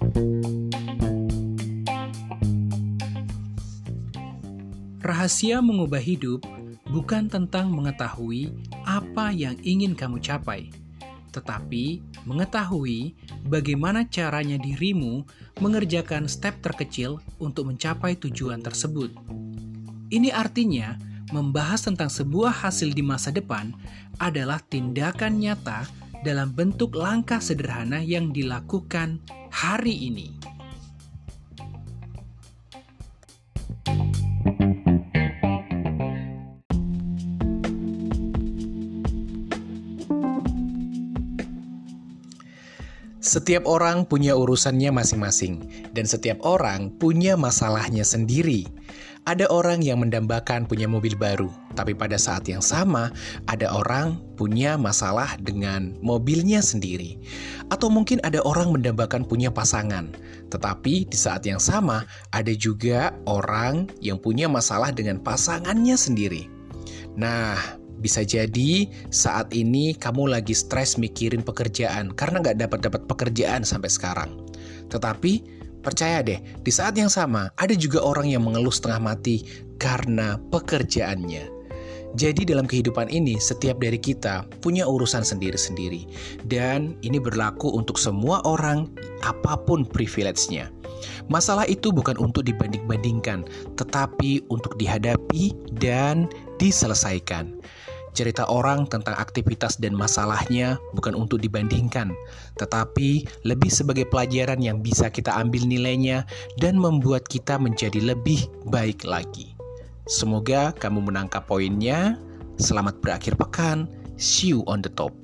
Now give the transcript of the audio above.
Rahasia mengubah hidup bukan tentang mengetahui apa yang ingin kamu capai, tetapi mengetahui bagaimana caranya dirimu mengerjakan step terkecil untuk mencapai tujuan tersebut. Ini artinya, membahas tentang sebuah hasil di masa depan adalah tindakan nyata dalam bentuk langkah sederhana yang dilakukan hari ini. Setiap orang punya urusannya masing-masing, dan setiap orang punya masalahnya sendiri. Ada orang yang mendambakan punya mobil baru, tapi pada saat yang sama, ada orang punya masalah dengan mobilnya sendiri. Atau mungkin ada orang mendambakan punya pasangan, tetapi di saat yang sama, ada juga orang yang punya masalah dengan pasangannya sendiri. Nah, bisa jadi saat ini kamu lagi stres mikirin pekerjaan karena nggak dapat pekerjaan sampai sekarang. Tetapi percaya deh, di saat yang sama ada juga orang yang mengeluh setengah mati karena pekerjaannya. Jadi dalam kehidupan ini setiap dari kita punya urusan sendiri-sendiri. Dan ini berlaku untuk semua orang apapun privilege-nya. Masalah itu bukan untuk dibanding-bandingkan, tetapi untuk dihadapi dan diselesaikan. Cerita orang tentang aktivitas dan masalahnya bukan untuk dibandingkan, tetapi lebih sebagai pelajaran yang bisa kita ambil nilainya dan membuat kita menjadi lebih baik lagi. Semoga kamu menangkap poinnya. Selamat berakhir pekan. See you on the top.